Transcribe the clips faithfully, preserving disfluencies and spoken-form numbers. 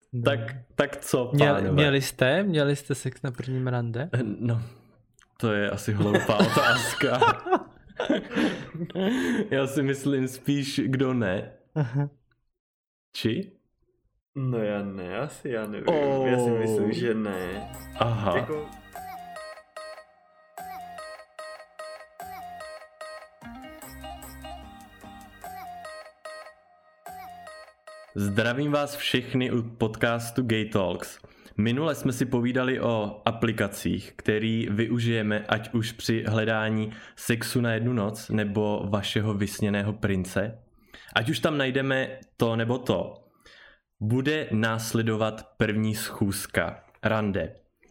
No. Tak, tak co, Měl, pánové? měli jste? Měli jste sex na prvním rande? No, to je asi hloupá otázka. Já si myslím spíš, kdo ne. Aha. Či? No já ne, asi já nevím. Oh. Já si myslím, že ne. Aha. Jako... Zdravím vás všechny u podcastu Gay Talks. Minule jsme si povídali o aplikacích, které využijeme ať už při hledání sexu na jednu noc nebo vašeho vysněného prince. Ať už tam najdeme to nebo to. Bude následovat první schůzka, rande.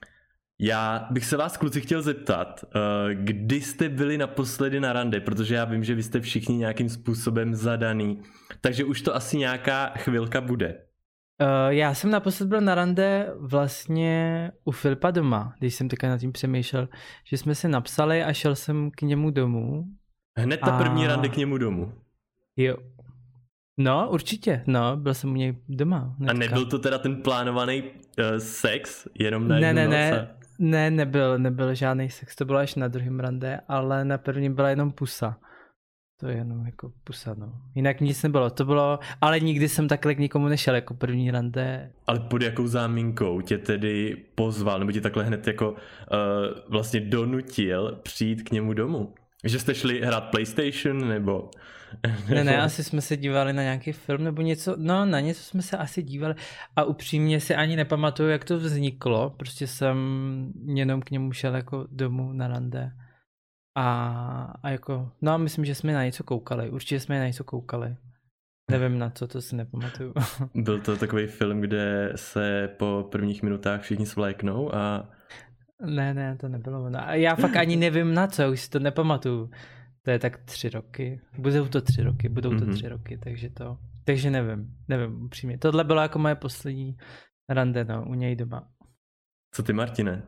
Já bych se vás, kluci, chtěl zeptat, kdy jste byli naposledy na rande, protože já vím, že vy jste všichni nějakým způsobem zadaný, takže už to asi nějaká chvilka bude. Uh, já jsem naposled byl na rande vlastně u Filipa doma, když jsem teďka nad tím přemýšlel, že jsme se napsali a šel jsem k němu domů. Hned ta a... první rande k němu domů. Jo. No, určitě, no, byl jsem u něj doma. Hnedka. A nebyl to teda ten plánovaný uh, sex, jenom na ne, jednu ne, noc? Ne, ne, nebyl, nebyl žádný sex, to bylo až na druhém rande, ale na prvním byla jenom pusa. To je jenom jako pusa, no. Jinak nic nebylo, to bylo, ale nikdy jsem takhle k nikomu nešel jako první rande. Ale pod jakou záminkou tě tedy pozval, nebo tě takhle hned jako uh, vlastně donutil přijít k němu domů? Že jste šli hrát PlayStation, nebo... Ne, ne, asi jsme se dívali na nějaký film nebo něco, no na něco jsme se asi dívali a upřímně si ani nepamatuju, jak to vzniklo, prostě jsem jenom k němu šel jako domů na rande a, a jako, no a myslím, že jsme na něco koukali, určitě jsme na něco koukali, nevím na co, to si nepamatuju. Byl to takový film, kde se po prvních minutách všichni svléknou a... Ne, ne, to nebylo ono. A já fakt ani nevím na co, už si to nepamatuju. To je tak tři roky. Budou to tři roky, budou to mm-hmm. tři roky, takže to... Takže nevím, nevím upřímně. Tohle bylo jako moje poslední rande, no, u něj doma. Co ty, Martine?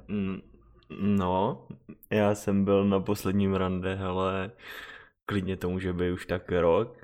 No, já jsem byl na posledním rande, ale klidně to může být už tak rok.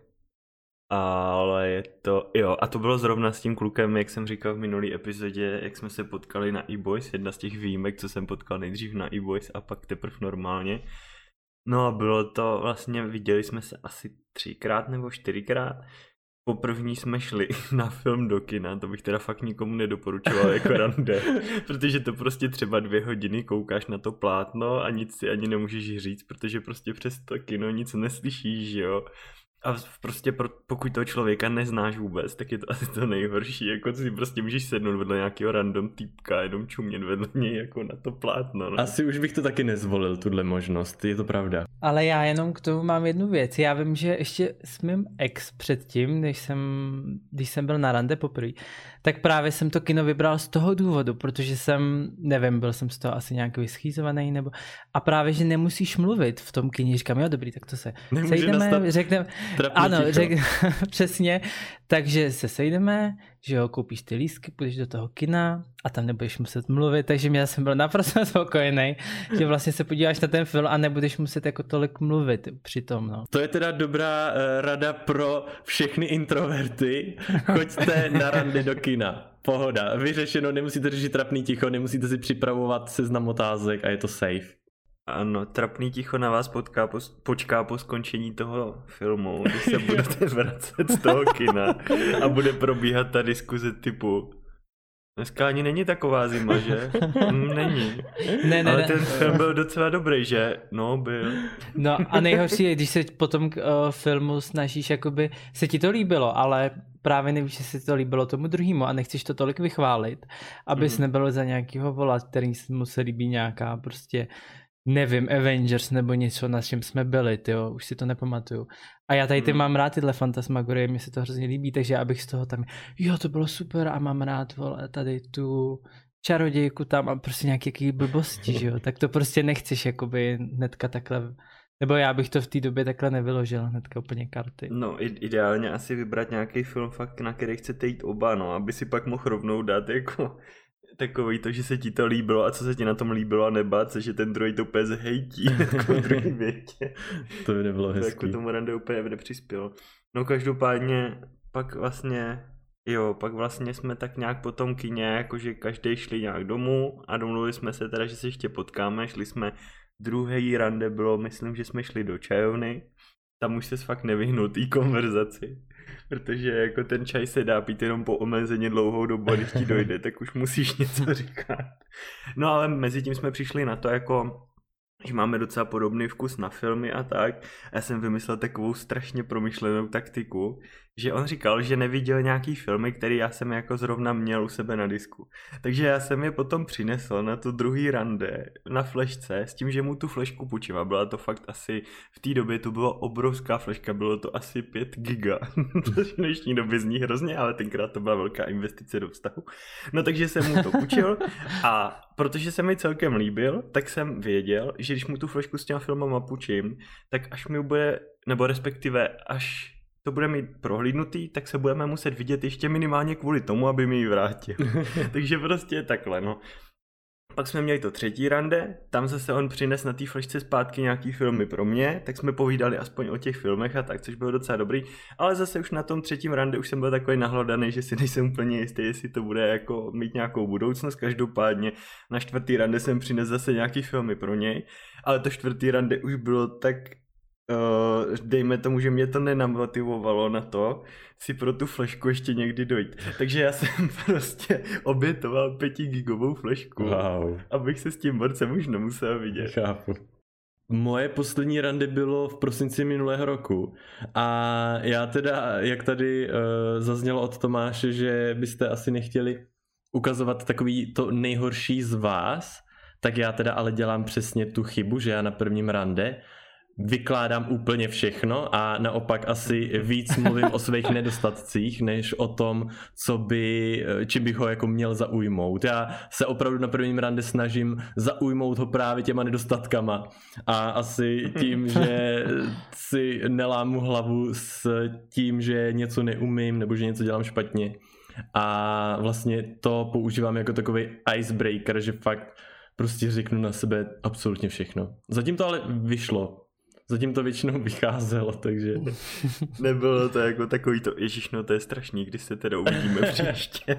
Ale je to, jo, a to bylo zrovna s tím klukem, jak jsem říkal v minulý epizodě, jak jsme se potkali na E-Boys, jedna z těch výjimek, co jsem potkal nejdřív na E-Boys a pak teprve normálně. No a bylo to, vlastně viděli jsme se asi třikrát nebo čtyřikrát. Poprvní jsme šli na film do kina, to bych teda fakt nikomu nedoporučoval jako rande, protože to prostě třeba dvě hodiny koukáš na to plátno a nic si ani nemůžeš říct, protože prostě přes to kino nic neslyšíš, jo. A prostě pro, pokud toho člověka neznáš vůbec, tak je to asi to nejhorší, jako si prostě můžeš sednout vedle nějakého random týpka, jenom čumět vedle něj jako na to plátno. No. Asi už bych to taky nezvolil, tuhle možnost, je to pravda. Ale já jenom k tomu mám jednu věc. Já vím, že ještě s mým ex předtím, když jsem, když jsem byl na rande poprvé, tak právě jsem to kino vybral z toho důvodu, protože jsem, nevím, byl jsem z toho asi nějak vyschýzovaný, nebo a právě, že nemusíš mluvit v tom kině. Říkám, jo, dobrý, tak to se Nemůže sejdeme, řekneme, ano, řek, přesně, takže se sejdeme, že jo, koupíš ty lístky, půjdeš do toho kina a tam nebudeš muset mluvit, takže já jsem byl naprosto spokojený, že vlastně se podíváš na ten film a nebudeš muset jako tolik mluvit při tom, no. To je teda dobrá uh, rada pro všechny introverty, choďte na rande do kina, pohoda, vyřešeno, nemusíte řešit trapný ticho, nemusíte si připravovat seznam otázek a je to safe. Ano, trapný ticho na vás potká po, počká po skončení toho filmu, když se budete vracet z toho kina a bude probíhat ta diskuze typu dneska ani není taková zima, že? Mm, není. Ne, ne, ale ne. ten film byl docela dobrý, že? No, byl. No a nejhorší je, když se potom k uh, filmu snažíš, jakoby se ti to líbilo, ale právě nevíš, že se to líbilo tomu druhému a nechceš to tolik vychválit, abys mm. nebyl za nějakýho volat, který mu se líbí nějaká prostě nevím, Avengers nebo něco, na čem jsme byli, tyjo, už si to nepamatuju. A já tady ty mm. mám rád tyhle fantasmagorie, mi se to hrozně líbí, takže abych z toho tam, jo, to bylo super a mám rád, vole, tady tu čarodějku tam a prostě nějaký jaký blbosti, že jo, tak to prostě nechceš, jakoby hnedka takhle, nebo já bych to v té době takhle nevyložil, hnedka úplně karty. No, ideálně asi vybrat nějaký film fakt, na který chcete jít oba, no, aby si pak mohl rovnou dát jako takový to, že se ti to líbilo a co se ti na tom líbilo a nebát se, že ten druhý to úplně zhejtí jako v druhý větě. To by nebylo hezký. To jako tomu rande úplně nepřispělo. No každopádně pak vlastně Jo, pak vlastně jsme tak nějak po tom kině, jakože každý šli nějak domů a domluvili jsme se teda, že se ještě potkáme, šli jsme, druhý rande bylo, myslím, že jsme šli do čajovny, tam už se fakt nevyhnul té konverzaci, protože jako ten čaj se dá pít jenom po omezeně dlouhou dobu a když ti dojde, tak už musíš něco říkat. No ale mezi tím jsme přišli na to jako, že máme docela podobný vkus na filmy a tak. Já jsem vymyslel takovou strašně promyšlenou taktiku, že on říkal, že neviděl nějaký filmy, který já jsem jako zrovna měl u sebe na disku. Takže já jsem je potom přinesl na to druhý rande na flešce s tím, že mu tu flešku půjčím. A byla to fakt asi, v té době to byla obrovská fleška, bylo to asi pět giga. Což v dnešní době zní hrozně, ale tenkrát to byla velká investice do vztahu. No takže jsem mu to půjčil a protože se mi celkem líbil, tak jsem věděl, že když mu tu flešku s těma filmama půjčím, tak až mi bude, nebo respektive až to bude mít prohlídnutý, tak se budeme muset vidět ještě minimálně kvůli tomu, aby mi ji vrátil. Takže prostě takhle, no. Pak jsme měli to třetí rande, tam zase on přines na té flešce zpátky nějaký filmy pro mě, tak jsme povídali aspoň o těch filmech a tak, což bylo docela dobrý, ale zase už na tom třetím rande už jsem byl takový nahlodaný, že si nejsem úplně jistý, jestli to bude jako mít nějakou budoucnost. Každopádně na čtvrtý rande jsem přines zase nějaký filmy pro něj, ale to čtvrtý rande už bylo tak, Uh, dejme tomu, že mě to nenamotivovalo na to si pro tu flešku ještě někdy dojít. Takže já jsem prostě obětoval pětigigovou flešku, wow. abych se s tím borcem už nemusel vidět. Chápu. Moje poslední rande bylo v prosinci minulého roku a já teda, jak tady uh, zaznělo od Tomáše, že byste asi nechtěli ukazovat takový to nejhorší z vás, tak já teda ale dělám přesně tu chybu, že já na prvním rande vykládám úplně všechno a naopak asi víc mluvím o svých nedostatcích, než o tom, co by, čím bych ho jako měl zaujmout. Já se opravdu na prvním rande snažím zaujmout ho právě těma nedostatkama a asi tím, že si nelámu hlavu s tím, že něco neumím nebo že něco dělám špatně. A vlastně to používám jako takový icebreaker, že fakt prostě řeknu na sebe absolutně všechno. Zatím to ale vyšlo. Zatím to většinou vycházelo, takže... Nebylo to jako takový to, ježiš, no to je strašný, když se teda uvidíme příště.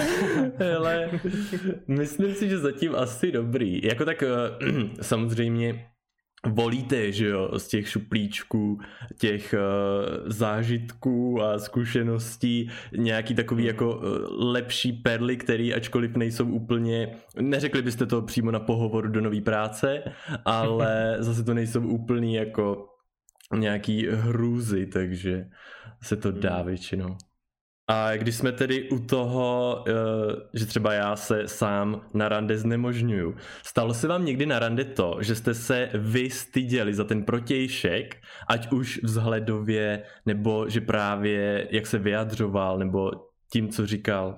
Hele, myslím si, že zatím asi dobrý. Jako tak samozřejmě volíte, že jo, z těch šuplíčků, těch uh, zážitků a zkušeností nějaký takový jako uh, lepší perly, který ačkoliv nejsou úplně, neřekli byste to přímo na pohovoru do nový práce, ale zase to nejsou úplný jako nějaký hrůzy, takže se to dá většinou. A když jsme tedy u toho, že třeba já se sám na rande znemožňuju, stalo se vám někdy na rande to, že jste se vy styděli za ten protějšek, ať už vzhledově, nebo že právě jak se vyjadřoval, nebo tím, co říkal?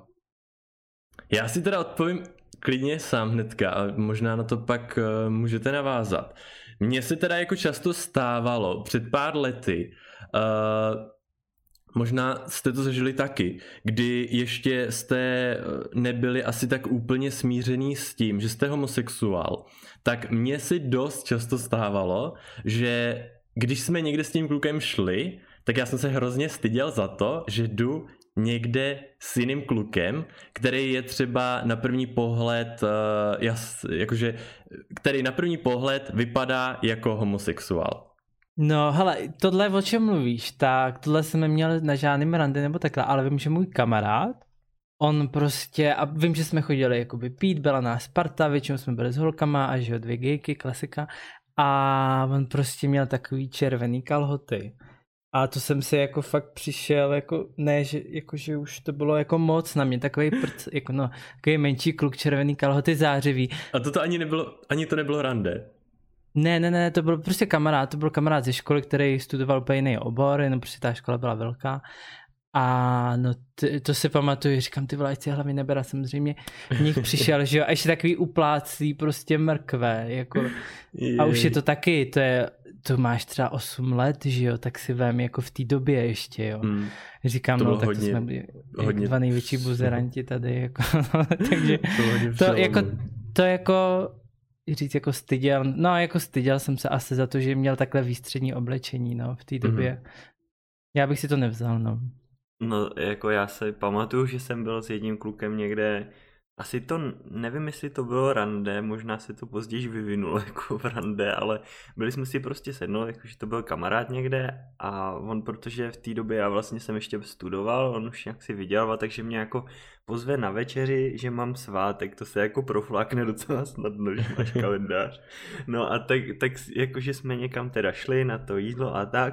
Já si teda odpovím klidně sám hnedka a možná na to pak můžete navázat. Mně se teda jako často stávalo před pár lety, uh, možná jste to zažili taky, kdy ještě jste nebyli asi tak úplně smířený s tím, že jste homosexuál, tak mně si dost často stávalo, že když jsme někde s tím klukem šli, tak já jsem se hrozně styděl za to, že jdu někde s jiným klukem, který je třeba na první pohled, jas, jakože, který na první pohled vypadá jako homosexuál. No hele, tohle o čem mluvíš, tak tohle jsem neměl na žádným rande nebo takhle, ale vím, že můj kamarád, on prostě, a vím, že jsme chodili jakoby pít, byla nás parta, většinou jsme byli s holkama a že jo, dvě gejky, klasika, a on prostě měl takový červený kalhoty. A to jsem si jako fakt přišel, jako ne, že, jako, že už to bylo jako moc na mě, takový prc, jako no, takový menší kluk, červený kalhoty, zářivý. A to ani nebylo, ani to nebylo rande. Ne, ne, ne, to byl prostě kamarád, to byl kamarád ze školy, který studoval úplně jiný obor, jenom prostě ta škola byla velká. A no t- to si pamatuju, říkám, ty vole, ať si hlavně nebera, samozřejmě v nich přišel, že jo, a ještě takový upláclý prostě mrkve, jako, a už je to taky, to je, to máš třeba osm let, že jo, tak si vem jako v té době ještě, jo. Hmm. Říkám, to no, tak hodně, to jsme byli hodně... dva největší buzeranti tady, jako, takže to, to jako, to jako, říct jako styděl, no jako styděl jsem se asi za to, že měl takhle výstřední oblečení, no, v té době. Hmm. Já bych si to nevzal, no. No, jako já se pamatuju, že jsem byl s jedním klukem někde, asi to, nevím, jestli to bylo rande, možná se to později vyvinulo jako v rande, ale byli jsme si prostě sednout, jakože to byl kamarád někde a on, protože v té době já vlastně jsem ještě studoval, on už nějak si vydělal, takže mě jako pozve na večeři, že mám svátek, to se jako proflákne docela snadno, že máš kalendář. No a tak, tak jakože jsme někam teda šli na to jídlo a tak.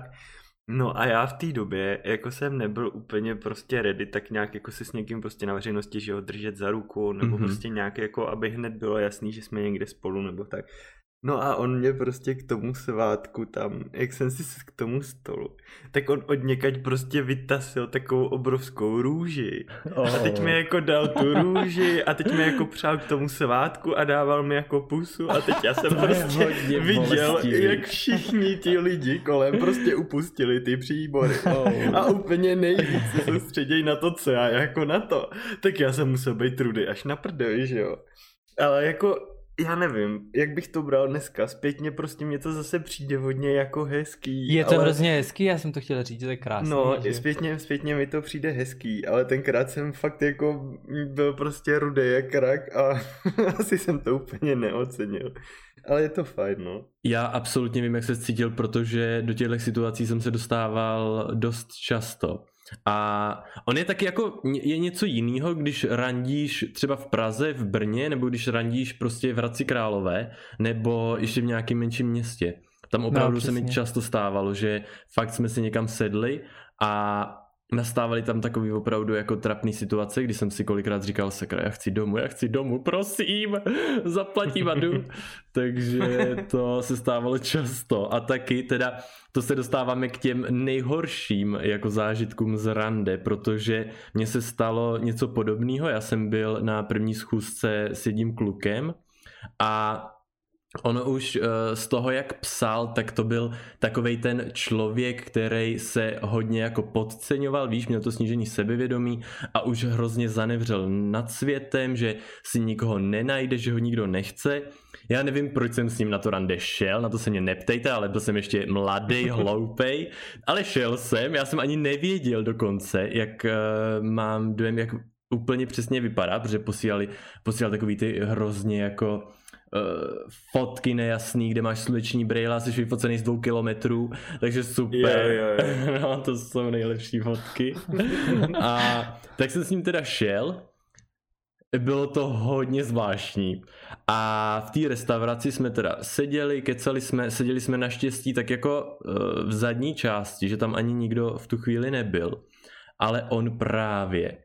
No a já v té době, jako jsem nebyl úplně prostě ready, tak nějak jako si s někým prostě na veřejnosti, že ho držet za ruku, nebo mm-hmm. prostě nějak jako, aby hned bylo jasný, že jsme někde spolu, nebo tak. No a on mě prostě k tomu svátku tam, jak jsem si k tomu stolu, tak on od někať prostě vytasil takovou obrovskou růži. Oh. A teď mi jako dal tu růži a teď mi jako přál k tomu svátku a dával mi jako pusu a teď já jsem prostě viděl, bolestivý. Jak všichni ti lidi kolem prostě upustili ty příbory. Oh. A úplně nejvíc se soustředěj na to, co já jako na to. Tak já jsem musel být rudy až na prdeli, že jo. Ale jako já nevím, jak bych to bral dneska, zpětně prostě mě to zase přijde hodně jako hezký. Je to ale... hrozně hezký, já jsem to chtěl říct, to je krásný. No, že? zpětně, zpětně mi to přijde hezký, ale tenkrát jsem fakt jako byl prostě rudý jak rak a asi jsem to úplně neocenil. Ale je to fajn, no. Já absolutně vím, jak se cítil, protože do těchto situací jsem se dostával dost často. A on je taky jako, je něco jiného, když randíš třeba v Praze, v Brně, nebo když randíš prostě v Hradci Králové, nebo ještě v nějakém menším městě. Tam opravdu no, se mi často stávalo, že fakt jsme si někam sedli a nastávaly tam takový opravdu jako trapný situace, kdy jsem si kolikrát říkal, sakra, já chci domů, já chci domů, prosím, zaplatím a jdu. Takže to se stávalo často a taky teda to se dostáváme k těm nejhorším jako zážitkům z rande, protože mně se stalo něco podobného, já jsem byl na první schůzce s jedním klukem a ono už z toho, jak psal, tak to byl takovej ten člověk, který se hodně jako podceňoval, víš, měl to snížený sebevědomí a už hrozně zanevřel nad světem, že si nikoho nenajde, že ho nikdo nechce. Já nevím, proč jsem s ním na to rande šel, na to se mě neptejte, ale byl jsem ještě mladý, hloupej, ale šel jsem, já jsem ani nevěděl dokonce, jak uh, mám dojem, jak úplně přesně vypadá, protože posílali, posílali takový ty hrozně jako Uh, fotky nejasný, kde máš sluneční brýle a jsi vyfocený z dvou kilometrů, takže super. Yeah, yeah, yeah. No, to jsou nejlepší fotky. A tak jsem s ním teda šel, bylo to hodně zvláštní. A v té restauraci jsme teda seděli, kecali jsme, seděli jsme naštěstí tak jako uh, v zadní části, že tam ani nikdo v tu chvíli nebyl. Ale on právě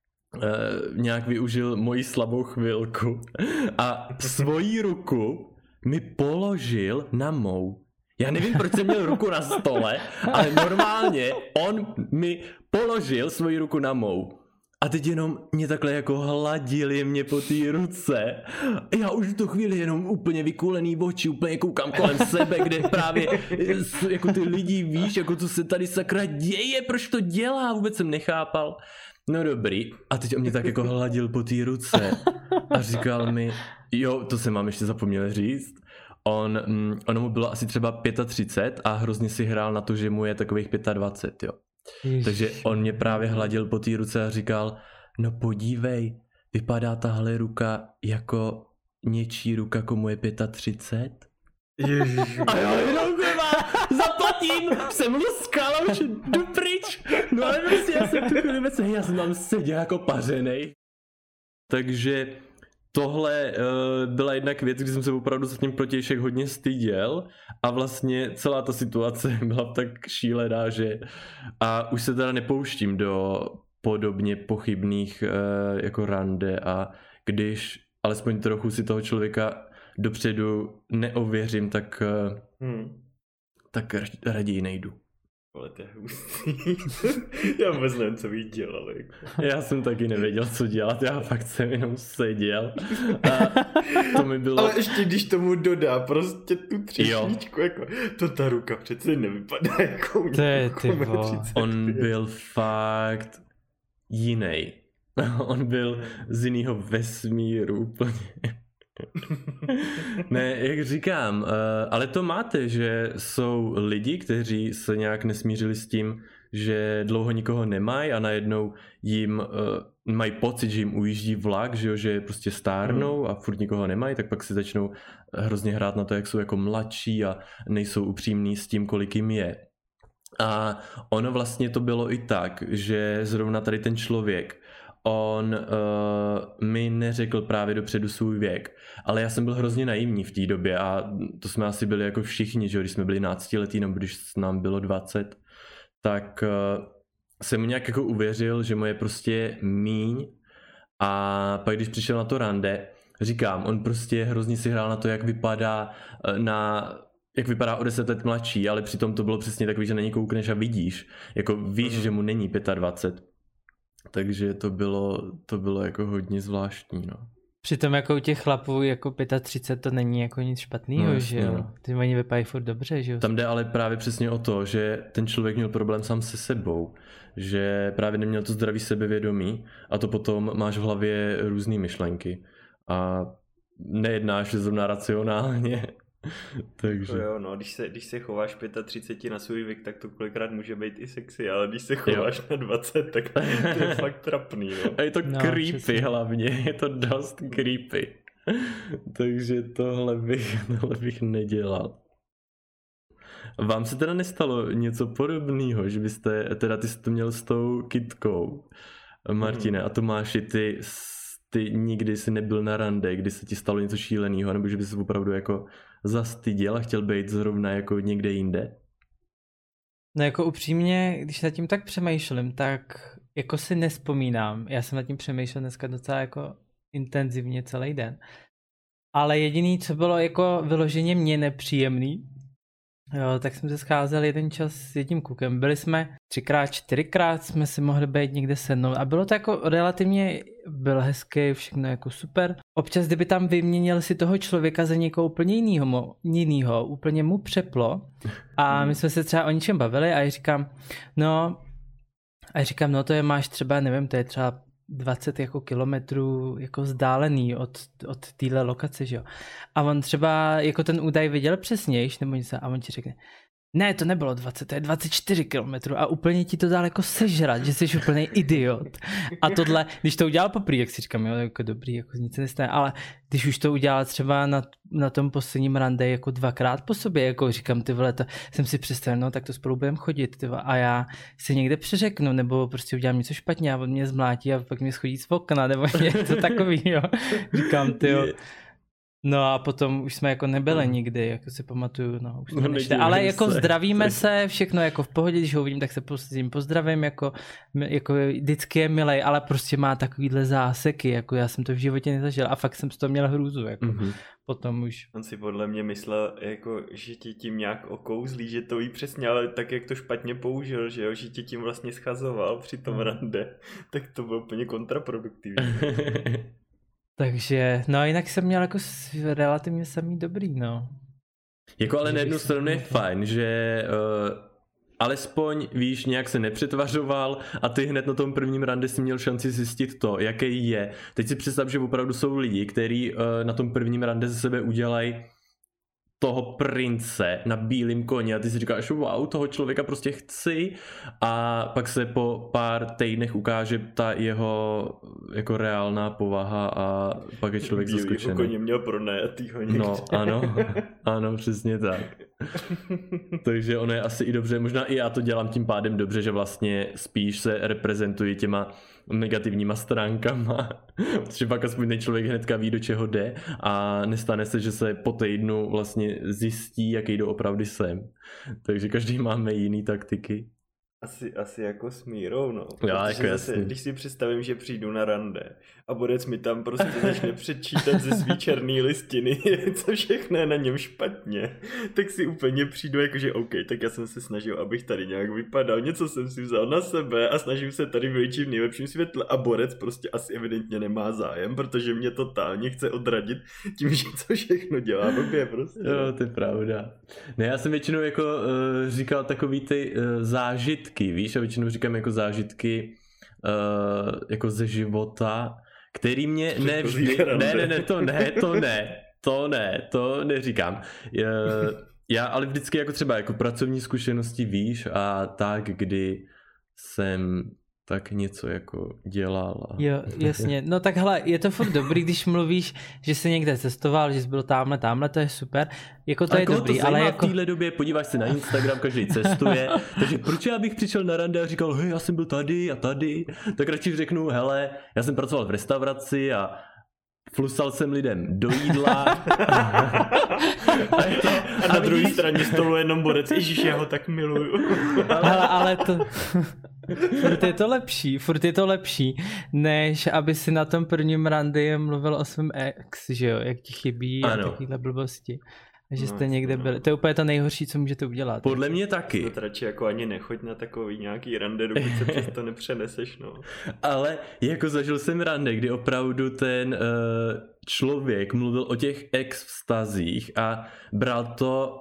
Uh, nějak využil moji slabou chvilku a svoji ruku mi položil na mou. Já nevím, proč jsem měl ruku na stole, ale normálně on mi položil svoji ruku na mou. A teď jenom mě takhle jako hladili mě po té ruce. Já už v tu chvíli jenom úplně vykulený oči, úplně koukám kolem sebe, kde právě jako ty lidi, víš, jako co se tady sakra děje, proč to dělá, vůbec jsem nechápal. No dobrý, a teď on mě tak jako hladil po té ruce a říkal mi, jo, to jsem vám ještě zapomněl říct, on, mm, ono mu bylo asi třeba třicet pět a hrozně si hrál na to, že mu je takových dvacet pět, jo. Ježiš. Takže on mě právě hladil po té ruce a říkal, no podívej, vypadá tahle ruka jako něčí ruka, komu je třicet pět. Ježiš. A já jenom kurva, zaplatím, jsem luskal a už jdu pryč. No ale prostě já jsem tu chvíli vůbec, já jsem tam seděl jako pařenej. Takže tohle uh, byla jednak věc, kdy jsem se opravdu za tím protějšek hodně styděl a vlastně celá ta situace byla tak šílená, že a už se teda nepouštím do podobně pochybných uh, jako rande a když alespoň trochu si toho člověka dopředu neověřím, tak, hmm. tak raději nejdu. Ale to je hustý. Já vůbec nevím, co bych dělal. Jako. Já jsem taky nevěděl, co dělat, já fakt jsem jenom seděl. A to mi bylo... Ale ještě když tomu dodá prostě tu třešničku, jako, to ta ruka přece nevypadá jako u někoho. On byl fakt jiný. On byl z jiného vesmíru úplně. Ne, jak říkám, ale to máte, že jsou lidi, kteří se nějak nesmířili s tím, že dlouho nikoho nemají a najednou jim uh, mají pocit, že jim ujíždí vlak, že, jo, že prostě stárnou a furt nikoho nemají, tak pak si začnou hrozně hrát na to, jak jsou jako mladší a nejsou upřímní s tím, kolik jim je. A ono vlastně to bylo i tak, že zrovna tady ten člověk, on uh, mi neřekl právě dopředu svůj věk, ale já jsem byl hrozně naivní v té době a to jsme asi byli jako všichni, že když jsme byli náctiletí nebo když nám bylo dvacet, tak uh, jsem mu nějak jako uvěřil, že mu je prostě míň a pak když přišel na to rande, říkám, on prostě hrozně si hrál na to, jak vypadá na... jak vypadá o deset let mladší, ale přitom to bylo přesně takový, že na něj koukneš a vidíš, jako víš, mm. že mu není dvacet pět. Takže to bylo, to bylo jako hodně zvláštní, no. Přitom jako u těch chlapů jako třicet pět to není jako nic špatného, no, že jo? No. Ty oni vypadají furt dobře, že jo? Tam jde ale právě přesně o to, že ten člověk měl problém sám se sebou, že právě neměl to zdravý sebevědomí a to potom máš v hlavě různý myšlenky a nejednáš zrovna racionálně. Takže. To jo, no, když se, když se chováš třicet pět na svůj věk, tak to kolikrát může být i sexy, ale když se chováš jo. na dvacet, tak to je fakt trapný, no. A je to no, creepy přesně. Hlavně, je to dost creepy. Takže tohle bych, tohle bych nedělal. Vám se teda nestalo něco podobného, že byste, teda ty jsi to měl s tou kytkou, Martine, mm. a Tomáši, ty ty nikdy jsi nebyl na rande, kdy se ti stalo něco šíleného, nebo že bys se opravdu jako zastyděl a chtěl být zrovna jako někde jinde? No jako upřímně, když nad tím tak přemýšlím, tak jako si nespomínám. Já jsem nad tím přemýšlel dneska docela jako intenzivně celý den. Ale jediný, co bylo jako vyloženě mě nepříjemný, jo, tak jsme se scházeli jeden čas s jedním klukem. Byli jsme třikrát, čtyřikrát jsme si mohli být někde sednout a bylo to jako relativně, byl hezký, všechno jako super. Občas, kdyby tam vyměnil si toho člověka za někoho úplně jinýho, jinýho úplně mu přeplo a my jsme se třeba o ničem bavili a já říkám, no, a já říkám, no to je máš třeba, nevím, to je třeba dvacet jako kilometrů jako vzdálený od, od téhle lokace, že jo. A on třeba jako ten údaj viděl přesnějš, nebo něco, a on ti řekne, ne, to nebylo dvacet, to je dvacet čtyři kilometrů a úplně ti to dál jako sežrat, že jsi úplný idiot. A tohle, když to udělal poprvé, jak si říkám, jo, jako dobrý, jako nic se nestane, ale když už to udělal třeba na, na tom posledním rande jako dvakrát po sobě, jako říkám, ty vole, to jsem si představil, no tak to spolu budeme chodit, ty vole, a já si někde přeřeknu, nebo prostě udělám něco špatně a on mě zmlátí a pak mě schodí z okna, nebo něco takový, jo. Říkám, ty jo. No a potom už jsme jako nebyli hmm. nikdy, jako si pamatuju, no už jsme no, nešli, ale jako se. Zdravíme se, všechno jako v pohodě, když ho uvidím, tak se s ním pozdravím, jako, jako vždycky je milej, ale prostě má takovýhle záseky, jako já jsem to v životě nezažil a fakt jsem z toho měl hrůzu, jako mm-hmm. potom už. On si podle mě myslel, jako, že tě tím nějak okouzlí, že to ví přesně, ale tak jak to špatně použil, že jo, že tě tím vlastně schazoval při tom mm. rande, tak to bylo úplně kontraproduktivní. Takže, no jinak jsem měl jako relativně samý dobrý, no. Jako ale na jednu stranu je fajn, že uh, alespoň, víš, nějak se nepřetvařoval a ty hned na tom prvním rande si měl šanci zjistit to, jaký je. Teď si představ, že opravdu jsou lidi, kteří uh, na tom prvním rande ze sebe udělají toho prince na bílém koni a ty si říkáš, wow, toho člověka prostě chci a pak se po pár týdnech ukáže ta jeho jako reálná povaha a pak je člověk zaskočený. Bílýho koně měl pronajatýho někde. No, ano, ano, přesně tak. Takže ono je asi i dobře, možná i já to dělám tím pádem dobře, že vlastně spíš se reprezentuji těma negativníma stránkama, protože pak aspoň ten člověk hnedka ví, do čeho jde a nestane se, že se po týdnu vlastně zjistí, jaký doopravdy jsem. Takže každý máme jiný taktiky. Asi, asi jako s mírou, no. Já, jako zase, když si představím, že přijdu na rande a bodec mi tam prostě začne předčítat ze svý černý listiny, co všechno je na něm špatně, tak si úplně přijdu jako, že OK, tak já jsem se snažil, abych tady nějak vypadal, něco jsem si vzal na sebe a snažím se tady vylíčit v nejlepším světle a borec prostě asi evidentně nemá zájem, protože mě totálně chce odradit tím, že co všechno dělá blbě prostě. Jo, to je pravda. Ne, já jsem většinou jako uh, říkal takový ty uh, zážitky, víš, a většinou říkám jako zážitky uh, jako ze života, který mě ne vždy, ne, ne, ne, to ne, to ne, to ne, to neříkám. Uh, já ale vždycky jako třeba jako pracovní zkušenosti, víš, a tak, kdy jsem tak něco jako dělal. A... Jo, jasně. No tak hele, je to furt dobrý, když mluvíš, že jsi někde cestoval, že jsi byl tamhle, tamhle, to je super. Jako to a je dobrý, to ale jako... jako... v téhle době podíváš se na Instagram, každý cestuje, takže proč já bych přišel na rande a říkal, hej, já jsem byl tady a tady, tak radši řeknu, hele, já jsem pracoval v restauraci a flusal jsem lidem do jídla. a, je to, a na druhé straně stolu jenom borec, ježiš, já ho tak miluju. ale, ale to... Furt je to lepší, furt je to lepší, než aby si na tom prvním randy mluvil o svém ex, že jo, jak ti chybí a takovýhle blbosti. A že no, jste někde no. byli. To je úplně to nejhorší, co můžete udělat. Podle mě taky. To radši jako ani nechoď na takový nějaký rande, dokud se přes to nepřeneseš, no. Ale jako zažil jsem rande, kdy opravdu ten uh, člověk mluvil o těch ex vztazích a bral to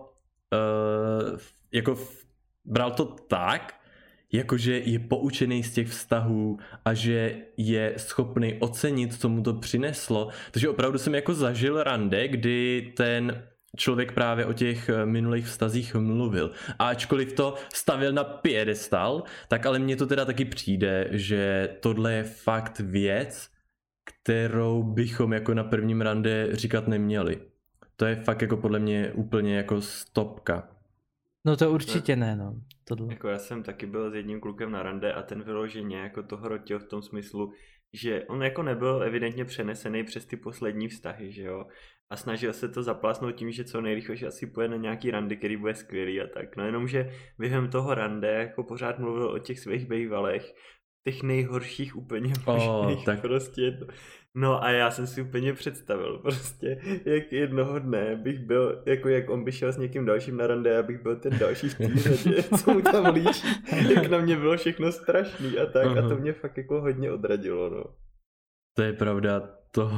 uh, jako bral to tak, jakože je poučený z těch vztahů a že je schopný ocenit, co mu to přineslo. Takže opravdu jsem jako zažil rande, kdy ten člověk právě o těch minulých vztazích mluvil. A ačkoliv to stavil na piedestal, tak ale mně to teda taky přijde, že tohle je fakt věc, kterou bychom jako na prvním rande říkat neměli. To je fakt jako podle mě úplně jako stopka. No to určitě ne, no. Tohle. Jako já jsem taky byl s jedním klukem na rande a ten vyloženě jako to hrotil v tom smyslu, že on jako nebyl evidentně přenesený přes ty poslední vztahy, že jo. A snažil se to zaplásnout tím, že co nejrychleji asi pojede na nějaký rande, který bude skvělý a tak. No jenom, že během toho rande jako pořád mluvil o těch svých bejvalech, těch nejhorších úplně možných, oh, tak... prostě. No a já jsem si úplně představil prostě, jak jednoho dne bych byl, jako jak on by šel s někým dalším na rande, já bych byl ten další v té řadě, co mu tam líčí, jak na mě bylo všechno strašný a tak. Uh-huh. A to mě fakt jako hodně odradilo, no. To je pravda, to...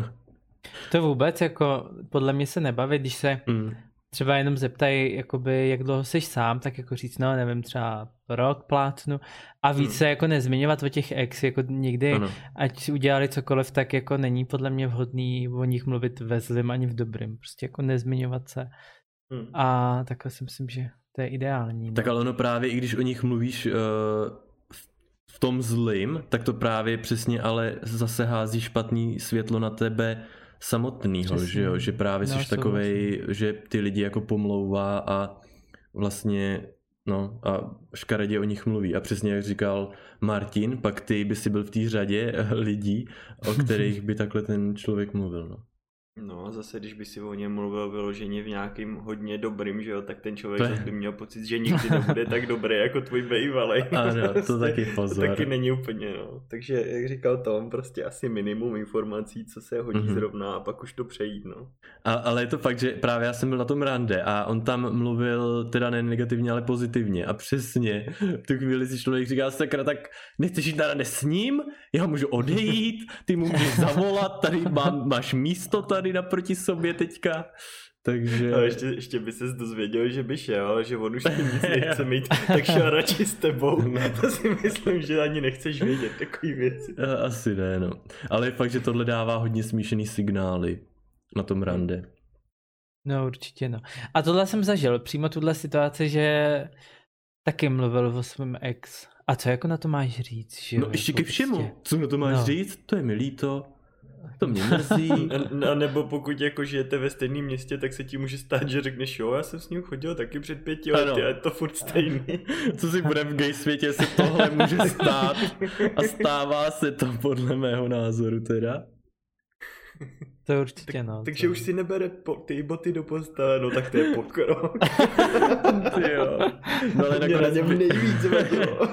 To vůbec jako podle mě se nebaví, když se mm. třeba jenom zeptají, jakoby, jak dlouho jsi sám, tak jako říct, no nevím, třeba rok plácnu a víc mm. se jako nezmiňovat o těch ex, jako nikdy, ano. Ať udělali cokoliv, tak jako není podle mě vhodný o nich mluvit ve zlým ani v dobrým, prostě jako nezmiňovat se mm. a takhle si myslím, že to je ideální. No. Tak ale ono právě, i když o nich mluvíš uh, v tom zlým, tak to právě přesně ale zase hází špatný světlo na tebe samotnýho, že jo, že právě no, jsi takovej, vlastně. Že ty lidi jako pomlouvá a vlastně no a škaredě o nich mluví a přesně jak říkal Martin, pak ty by si byl v té řadě lidí, o kterých by takhle ten člověk mluvil, no. No, zase když by si o něm mluvil vyloženě v nějakým hodně dobrým, že jo, tak ten člověk zase by měl pocit, že nikdy nebude tak dobrý jako tvůj bejvalej. Ano, to taky pozor. To taky není úplně, no. Takže, jak říkal Tom, prostě asi minimum informací, co se hodí mm-hmm. zrovna a pak už to přejít, no. A, ale je to fakt, že právě já jsem byl na tom rande a on tam mluvil teda ne negativně, ale pozitivně a přesně v tu chvíli si člověk říká, sakra, tak nechceš jít na rande s ním? Já můžu odejít, ty mu můžeš zavolat, tady mám, máš místo tady naproti sobě teďka, takže... Ale ještě, ještě by ses dozvěděl, že by šel, že on už tím nic nechce mít, tak šel radši s tebou. No. To si myslím, že ani nechceš vědět takový věci. Asi ne, no. Ale je fakt, že tohle dává hodně smíšený signály na tom rande. No určitě, no. A tohle jsem zažil, přímo tuhle situaci, že taky mluvil o svém ex. A co jako na to máš říct? Že no ještě ke všemu. Co na to máš no. říct? To je mi líto. To mě mrzí. A, a nebo pokud jako žijete ve stejném městě, tak se ti může stát, že řekneš, jo, já jsem s ním chodil taky před pěti lety a je to furt stejný. Co si bude v gay světě, se tohle může stát a stává se to podle mého názoru teda. To určitě tak, no. Takže to... už si nebere po, ty boty do postele, no tak to je pokrok. Ty jo. No ale nakonec na něm by... nejvíc vedlo.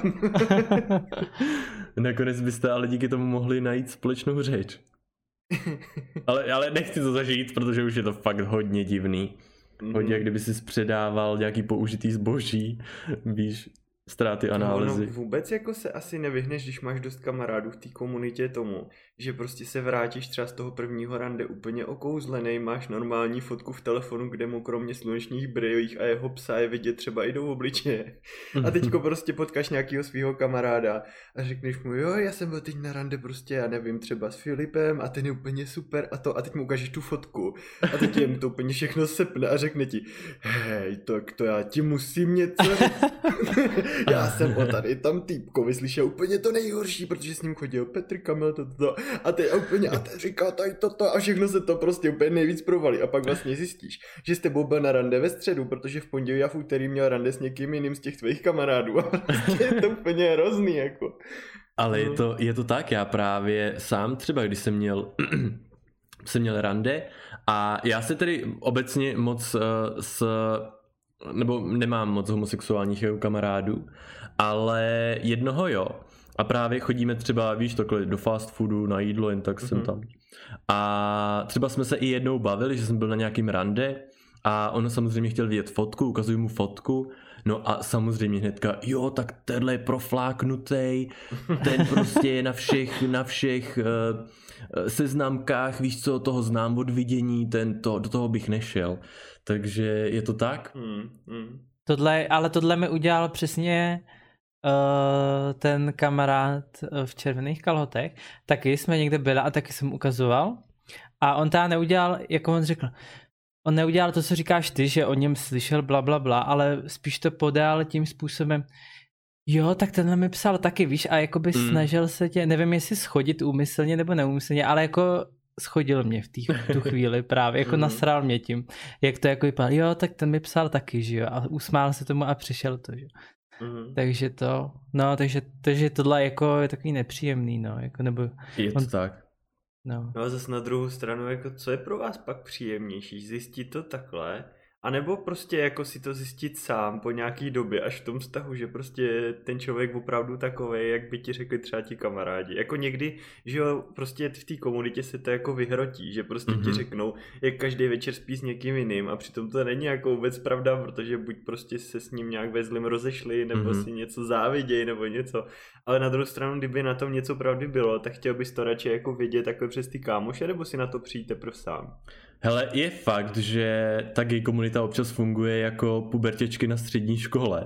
Nakonec byste ale díky tomu mohli najít společnou řeč. Ale, ale nechci to zažít, protože už je to fakt hodně divný. Hodně, jak kdyby si předával nějaký použitý zboží, víš, ztráty a nálezy. No, vůbec jako se asi nevyhneš, když máš dost kamarádů v té komunitě tomu, že prostě se vrátíš třeba z toho prvního rande úplně okouzlenej, máš normální fotku v telefonu, kde mu kromě slunečních brýlích a jeho psa je vidět třeba i do obličeje. A teďko prostě potkáš nějakého svého kamaráda a řekneš mu, jo, já jsem byl teď na rande prostě, já nevím, třeba s Filipem a ten je úplně super a to a teď mu ukážeš tu fotku a teď jim to úplně všechno sepne a řekne ti, hej, tak to já ti musím něco říct. já jsem o tady tam týpkovi slyšel úplně to nejhorší, protože s ním chodil Petr Kamil, toto, to, a ty a úplně, a ten říká tady toto a všechno se to prostě úplně nejvíc provalí a pak vlastně zjistíš, že s tebou byl na rande ve středu, protože v pondělí a v úterý měl rande s někým jiným z těch tvých kamarádů a prostě je to úplně hrozný, jako. Ale je to, je to tak, já právě sám třeba, když jsem měl, jsem měl rande a já se tedy obecně moc uh, s, nebo nemám moc homosexuálních kamarádů, ale jednoho jo. A právě chodíme třeba, víš, takhle do fast foodu, na jídlo, jen tak mm-hmm. jsem tam. A třeba jsme se i jednou bavili, že jsem byl na nějakým rande a on samozřejmě chtěl vidět fotku, ukazuju mu fotku. No a samozřejmě hnedka, jo, tak tenhle je profláknutej, ten prostě je na všech, na všech uh, seznamkách, víš co, toho znám od vidění, ten to, do toho bych nešel. Takže je to tak? Mm, mm. Tohle, ale tohle mi udělal přesně uh, ten kamarád v červených kalhotech. Taky jsme někde byli a taky jsem ukazoval. A on teda neudělal, jako on řekl, on neudělal to, co říkáš ty, že o něm slyšel bla bla bla, ale spíš to podal tím způsobem, jo, tak tenhle mi psal taky, víš, a jakoby mm. snažil se tě, nevím jestli schodit úmyslně nebo neúmyslně, ale jako schodil mě v tý, tu chvíli právě, jako mm. nasral mě tím, jak to jako vypadalo, jo, tak ten mi psal taky, že jo, a usmál se tomu a přišel to, že jo. Mm. Takže to, no, takže, takže tohle jako je takový nepříjemný, no, jako nebo... Je to on, tak. No. No a zase na druhou stranu, jako co je pro vás pak příjemnější, zjistit to takhle, anebo prostě jako si to zjistit sám po nějaký době, až v tom vztahu, že prostě ten člověk opravdu takovej, jak by ti řekli třeba ti kamarádi. Jako někdy, že jo, prostě v té komunitě se to jako vyhrotí, že prostě mm-hmm. ti řeknou, jak každý večer spí s někým jiným a přitom to není jako vůbec pravda, protože buď prostě se s ním nějak ve zlým rozešli, nebo mm-hmm. si něco závidějí, nebo něco. Ale na druhou stranu, kdyby na tom něco pravdy bylo, tak chtěl bys to radši jako vidět takhle přes ty kámoše, nebo si na to přijít teprve sám? Hele, je fakt, že ta gay komunita občas funguje jako pubertěčky na střední škole.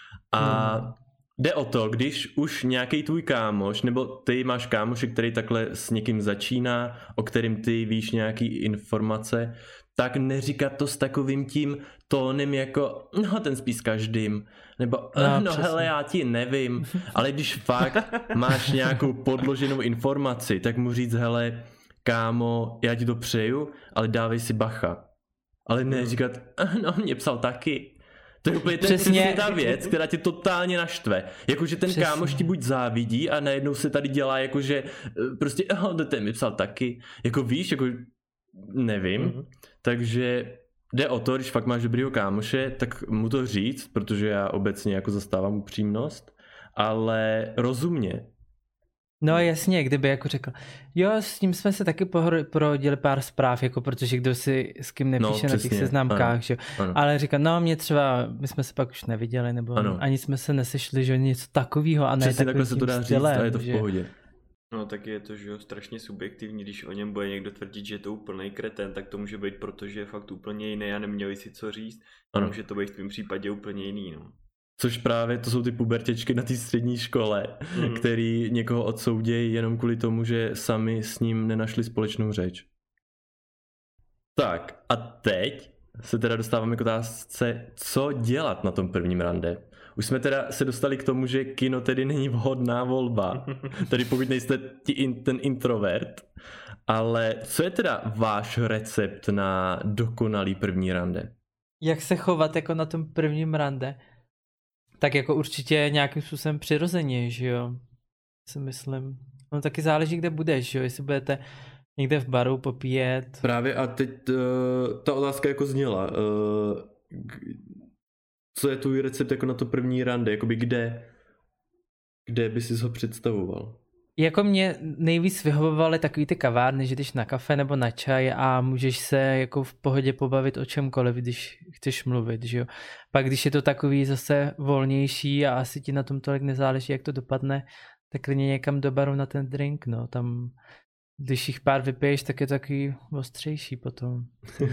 A hmm. jde o to, když už nějaký tvůj kámoš, nebo ty máš kámoše, který takhle s někým začíná, o kterým ty víš nějaký informace, tak neříkat to s takovým tím tónem jako, no ten spí s každým, nebo no, no hele, já ti nevím, ale když fakt máš nějakou podloženou informaci, tak mu říct, hele, kámo, já ti to přeju, ale dávej si bacha. Ale ne říkat, no mě psal taky. To je úplně přesně ta věc, která tě totálně naštve. Jakože ten přesně. kámoš ti buď závidí a najednou se tady dělá jakože prostě, oh, ten mi psal taky. Jako víš, jako nevím. Mm-hmm. Takže jde o to, když fakt máš dobrýho kámoše, tak mu to říct, protože já obecně jako zastávám upřímnost, ale rozumně. No jasně, kdyby jako řekl, jo, s ním jsme se taky prohodili pár zpráv, jako protože kdo si s kým nepíše no, na těch seznamkách, že? Ale říká, no mě třeba, my jsme se pak už neviděli, nebo ano. ani jsme se nesešli, že něco takového a ne přesně takhle se to dá říct a je to v pohodě. No tak je to, že jo, strašně subjektivní, když o něm bude někdo tvrdit, že je to úplnej kreten, tak to může být, protože je fakt úplně jiný a neměli si co říct, a může to být v tvém případě úplně jiný, no. Což právě to jsou ty pubertěčky na té střední škole, mm. který někoho odsoudějí jenom kvůli tomu, že sami s ním nenašli společnou řeč. Tak a teď se teda dostáváme k otázce, co dělat na tom prvním rande. Už jsme teda se dostali k tomu, že kino tedy není vhodná volba, tedy pokud nejste ten introvert, ale co je teda váš recept na dokonalý první rande? Jak se chovat jako na tom prvním rande? Tak jako určitě nějakým způsobem přirozeně, že jo, si myslím. No taky záleží, kde budeš, že jo, jestli budete někde v baru popíjet. Právě a teď uh, ta otázka jako zněla, uh, co je tvůj recept jako na to první rande, jakoby kde, kde by si ho představoval? Jako mě nejvíc vyhovovaly takový ty kavárny, že jdeš na kafe nebo na čaj a můžeš se jako v pohodě pobavit o čemkoliv, když chceš mluvit, že jo. Pak když je to takový zase volnější a asi ti na tom tolik nezáleží, jak to dopadne, tak klidně někam do baru na ten drink, no. Tam, když jich pár vypiješ, tak je to takový ostřejší potom.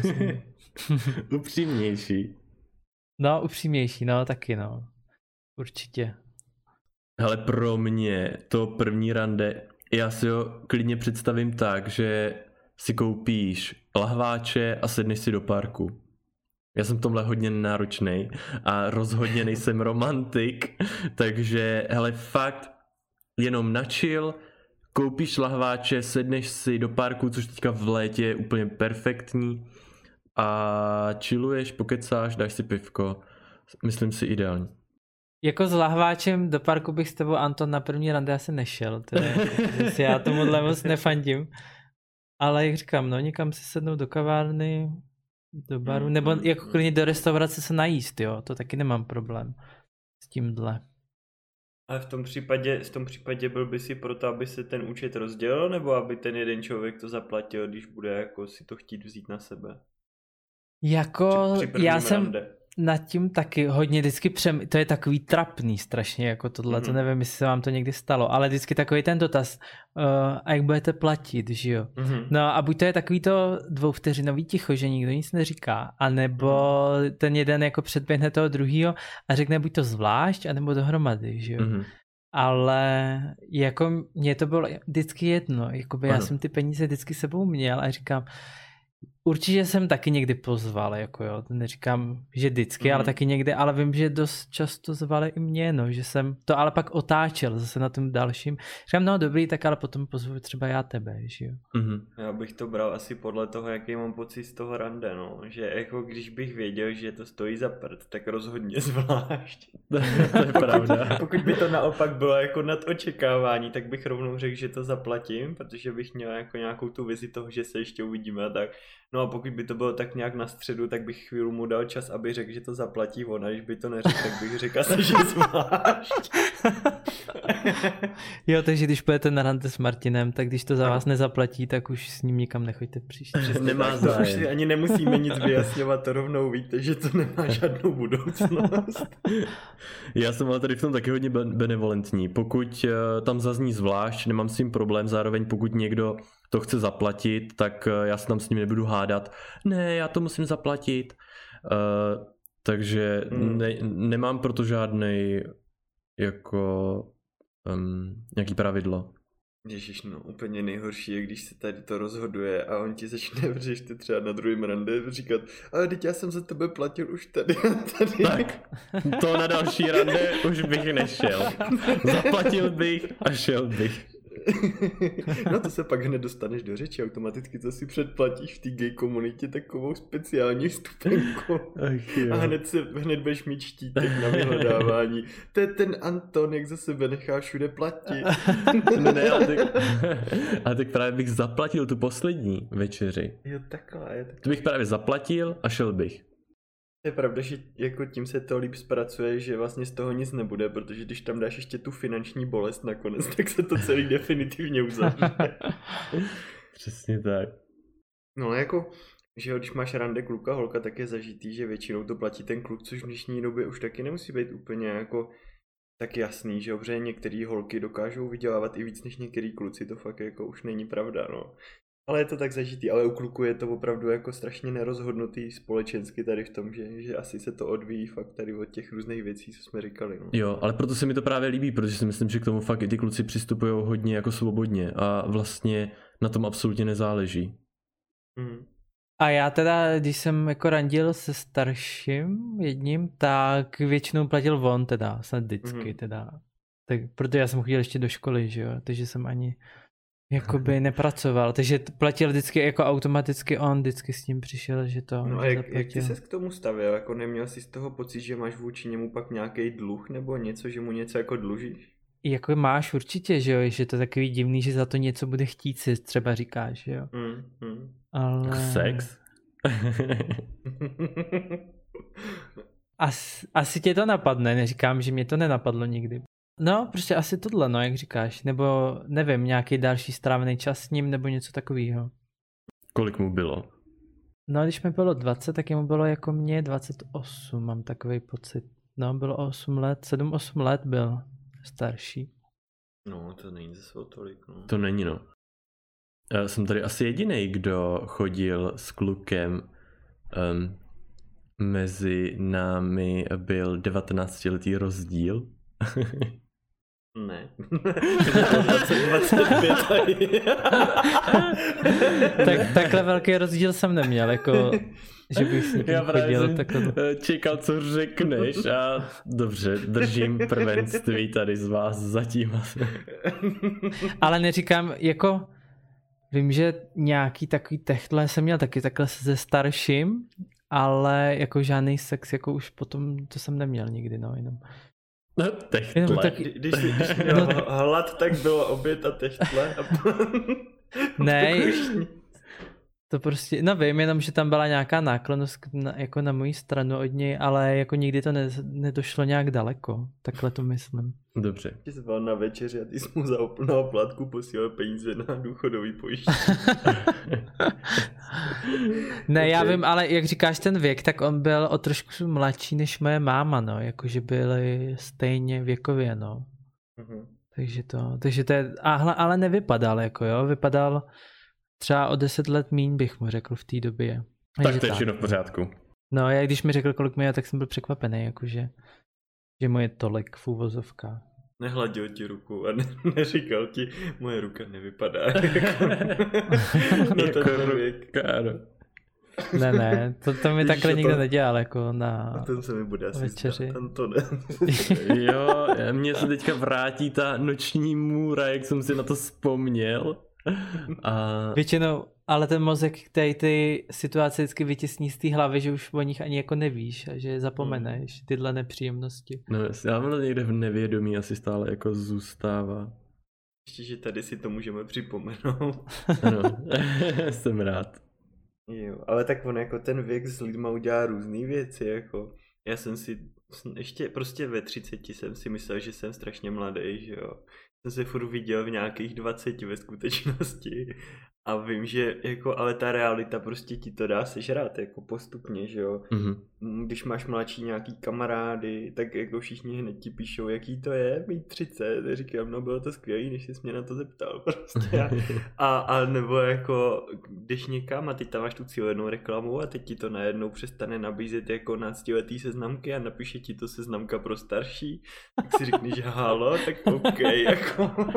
Upřímnější. No, upřímnější, no, taky, no. Určitě. Hele, pro mě to první rande, já si ho klidně představím tak, že si koupíš lahváče a sedneš si do parku. Já jsem v tomhle hodně náročnej a rozhodně nejsem romantik, takže hele fakt jenom na chill, koupíš lahváče, sedneš si do parku, což teďka v létě je úplně perfektní a chilluješ, pokecáš, dáš si pivko, myslím si ideální. Jako s lahváčem do parku bych s tebou, Anton, na první rande asi nešel, to je, že já tomuhle moc nefandím, ale jak říkám, no někam si sednout do kavárny, do baru, nebo jako klidně do restaurace se najíst, jo, to taky nemám problém s tímhle. Ale v tom případě, v tom případě byl by si proto, aby se ten účet rozdělil, nebo aby ten jeden člověk to zaplatil, když bude jako si to chtít vzít na sebe? Jako, při, při já jsem rande. nad tím taky hodně vždycky přem... to je takový trapný strašně, jako tohle, mm-hmm. to nevím, jestli se vám to někdy stalo, ale vždycky takový ten dotaz, uh, a jak budete platit, že jo? Mm-hmm. No a buď to je takový to dvouvteřinový ticho, že nikdo nic neříká, anebo mm-hmm. ten jeden jako předběhne toho druhýho a řekne buď to zvlášť, anebo dohromady, že jo? Mm-hmm. Ale jako mně to bylo vždycky jedno, jakoby já jsem ty peníze vždycky sebou měl a říkám, určitě jsem taky někdy pozval, jako jo, neříkám, že vždycky, mm. ale taky někdy, ale vím, že dost často zvali i mě, no, že jsem to ale pak otáčel zase na tom dalším. Říkám, no dobrý, tak ale potom pozvu třeba já tebe, že jo. Mm. Já bych to bral asi podle toho, jaký mám pocit z toho rande, no, že jako když bych věděl, že to stojí za prd, tak rozhodně zvlášť. To je pravda. Pokud, pokud by to naopak bylo jako nad očekávání, tak bych rovnou řekl, že to zaplatím, protože bych měl jako nějakou tu vizi toho, že se ještě uvidíme a tak. No a pokud by to bylo tak nějak na středu, tak bych chvíli mu dal čas, aby řekl, že to zaplatí on, a když by to neřekl, tak bych řekl asi, že zvlášť. Jo, takže když půjdete na rande s Martinem, tak když to za vás nezaplatí, tak už s ním nikam nechoďte příště. Nemá zájem. Už si ani nemusíme nic vyjasňovat, to rovnou víte, že to nemá žádnou budoucnost. Já jsem ale tady v tom taky hodně benevolentní. Pokud tam zazní zvlášť, nemám s tím problém, zároveň pokud někdo to chce zaplatit, tak já se tam s ním nebudu hádat. Ne, já to musím zaplatit. Uh, takže hmm. ne, nemám proto žádnej jako um, nějaký pravidlo. Ježiš, no úplně nejhorší je, když se tady to rozhoduje a on ti začne vřeš ty třeba na druhém rande říkat, ale teď já jsem za tebe platil už tady a tady. Tak, to na další rande už bych nešel. Zaplatil bych a šel bych. No to se pak hned dostaneš do řeči, automaticky to si předplatíš v té gay komunitě takovou speciální vstupenku. A hned, se, hned budeš mít štítek na vyhledávání. To je ten Anton, jak za sebe nechá všude platit. Ne, ale tak, ale tak právě bych zaplatil tu poslední večeři. Jo, takhle je. Takhle. To bych právě zaplatil a šel bych. Je pravda, že jako tím se to líp zpracuje, že vlastně z toho nic nebude, protože když tam dáš ještě tu finanční bolest nakonec, tak se to celý definitivně uzavře. Přesně tak. No jako, že jo, když máš rande kluka, holka, tak je zažitý, že většinou to platí ten kluk, což v dnešní době už taky nemusí být úplně jako tak jasný, že jo, protože některé holky dokážou vydělávat i víc než některý kluci, to fakt jako už není pravda, no. Ale je to tak zažitý, ale u kluku je to opravdu jako strašně nerozhodnutý společensky tady v tom, že, že asi se to odvíjí fakt tady od těch různých věcí, co jsme říkali. No. Jo, ale proto se mi to právě líbí, protože si myslím, že k tomu fakt i ty kluci přistupují hodně jako svobodně a vlastně na tom absolutně nezáleží. Mm. A já teda, když jsem jako randil se starším jedním, tak většinou platil on teda, snad vždycky mm. teda. Tak, protože já jsem chodil ještě do školy, že jo, takže jsem ani jakoby nepracoval, takže platil vždycky jako automaticky on, vždycky s tím přišel, že to no a jak, jak ty ses k tomu stavěl, jako neměl jsi z toho pocit, že máš vůči němu pak nějaký dluh nebo něco, že mu něco jako dlužíš? Jako máš určitě, že jo, že to je takový divný, že za to něco bude chtít, si třeba říkáš, jo. Mm, mm. Ale... Sex? As, asi tě to napadne, neříkám, že mě to nenapadlo nikdy. No, prostě asi tohle, no, jak říkáš, nebo nevím, nějaký další strávený čas s ním, nebo něco takového. Kolik mu bylo? No, když mi bylo dvacet, tak mu bylo jako mě dvacet osm, mám takový pocit. No, bylo osm let, sedm osm let byl starší. No, to není zase o tolik, no. To není, no. Já jsem tady asi jedinej, kdo chodil s klukem. Um, mezi námi byl devatenáctiletý rozdíl. Ne. dvacet pět tak, takhle velký rozdíl jsem neměl, jako, že bych si Já právě chodil jsem takhle. čekal, co řekneš a dobře, držím prvenství tady z vás zatím asi. Ale neříkám, jako vím, že nějaký takový techtle jsem měl taky takhle se starším, ale jako žádný sex, jako už potom to jsem neměl nikdy, no jenom. No, techtle. Tak... Když jsi měl no, hlad, tak bylo oběd a techtle. A... ne, to prostě, no vím, jenom, že tam byla nějaká náklonnost na, jako na moji stranu od něj, ale jako nikdy to ne, nedošlo nějak daleko, takhle to myslím. Dobře. Ty jsi byl na večeři a ty jsi mu za úplnou plátku posílal peníze na důchodový pojištění. Ne, okay. Já vím, ale jak říkáš ten věk, tak on byl o trošku mladší než moje máma, no, jakože byli stejně věkově, no. Uh-huh. Takže to, takže to je, ale nevypadal, jako jo, vypadal třeba o deset let míň bych mu řekl v té době. Tak to je všechno v pořádku. No, já když mi řekl, kolik mi je, tak jsem byl překvapený, jakože, že mu je tolik v úvozovkách. Nehladil ti ruku a ne, neříkal ti, moje ruka nevypadá. Jako ruka, no. Ne, ne, to, to mi takhle nikdo nedělal, jako na a ten se mi bude asi večeři. Jo, mně se teďka vrátí ta noční můra, jak jsem si na to vzpomněl. A... Většinou, ale ten mozek, který ty situace vždycky vytěsní z té hlavy, že už o nich ani jako nevíš a že zapomeneš tyhle nepříjemnosti. No já mám někde v nevědomí asi stále jako zůstává. Ještě, že tady si to můžeme připomenout. Ano, jsem rád. Jo, ale tak on jako ten věk s lidma udělá různý věci, jako já jsem si ještě prostě ve třiceti jsem si myslel, že jsem strašně mladý, že jo. Jsem se furt viděl v nějakých dvaceti ve skutečnosti a vím, že jako, ale ta realita prostě ti to dá sežrát jako postupně, že jo. Mm-hmm. Když máš mladší nějaký kamarády, tak jako všichni hned ti píšou, jaký to je mít třicet, a říkám, no bylo to skvělý, než jsi mě na to zeptal prostě. A, a nebo jako, když někam a teď tam máš tu cílenou reklamu a teď ti to najednou přestane nabízet jako náctiletý seznamky a napíše ti to seznamka pro starší, tak si řekneš, halo, tak OK, jako.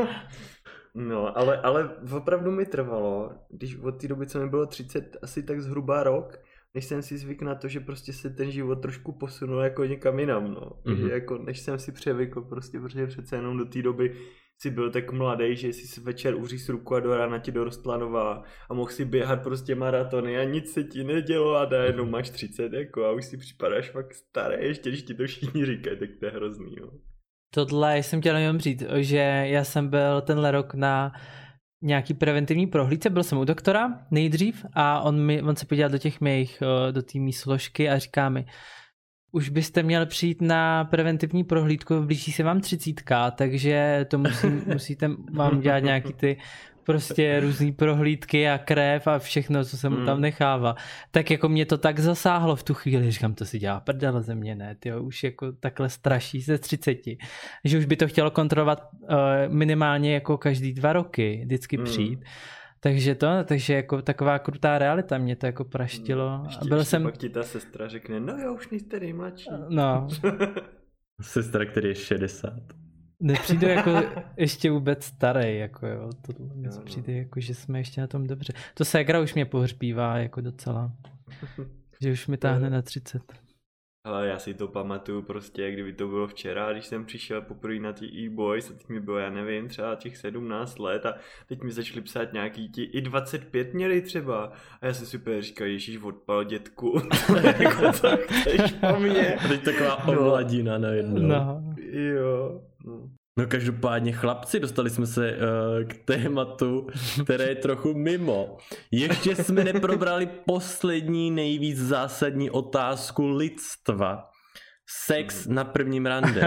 No, ale, ale opravdu mi trvalo, když od té doby, co mi bylo třicet, asi tak zhruba rok, než jsem si zvykl na to, že prostě se ten život trošku posunul jako někam jinam, no. Mm-hmm. Že jako, než jsem si převykl prostě, protože přece jenom do té doby si byl tak mladý, že si večer uříz ruku a do rána ti dorostla nová a mohl si běhat prostě maratony a nic se ti nedělo a najednou máš třicet, jako, a už si připadáš fakt starý, ještě když ti to všichni říkají, tak to je hrozný, jo. Tohle jsem chtěl jenom říct, že já jsem byl tenhle rok na nějaký preventivní prohlídce, byl jsem u doktora nejdřív a on, mi, on se podíval do těch mých, do té mý složky a říká mi, už byste měl přijít na preventivní prohlídku, blíží se vám třicítka, takže to musí, musíte vám dělat nějaký ty prostě různý prohlídky a krev a všechno, co se mu tam nechává. Tak jako mě to tak zasáhlo v tu chvíli, říkám, to si dělá prdele ze mě, ne, tyjo, už jako takhle straší ze třiceti, že už by to chtělo kontrolovat uh, minimálně jako každý dva roky, vždycky mm. přijít. Takže to, takže jako taková krutá realita mě to jako praštilo. Ještě, a byl ještě jsem... pak ti ta sestra řekne, no jo, už nejste nejmladší. No. Sestra, který je šedesát. Nepřijde jako ještě vůbec starý, jako jo, to mi přijde jako, že jsme ještě na tom dobře. To ségra už mě pohřbívá jako docela, že už mi táhne na třicet. Ale já si to pamatuju prostě, jak kdyby to bylo včera, když jsem přišel poprvé na ty e-boys a teď mi bylo, já nevím, třeba těch sedmnáct let a teď mi začali psát nějaký ti, i dvacet pět měli třeba a já jsem si úplně říkal, ježíš, odpal dětku, jako co chceš po mně. A teď taková omladina najednou. No. Jo. No. No každopádně chlapci, dostali jsme se uh, k tématu, které je trochu mimo. Ještě jsme neprobrali poslední nejvíc zásadní otázku lidstva. Sex na prvním rande.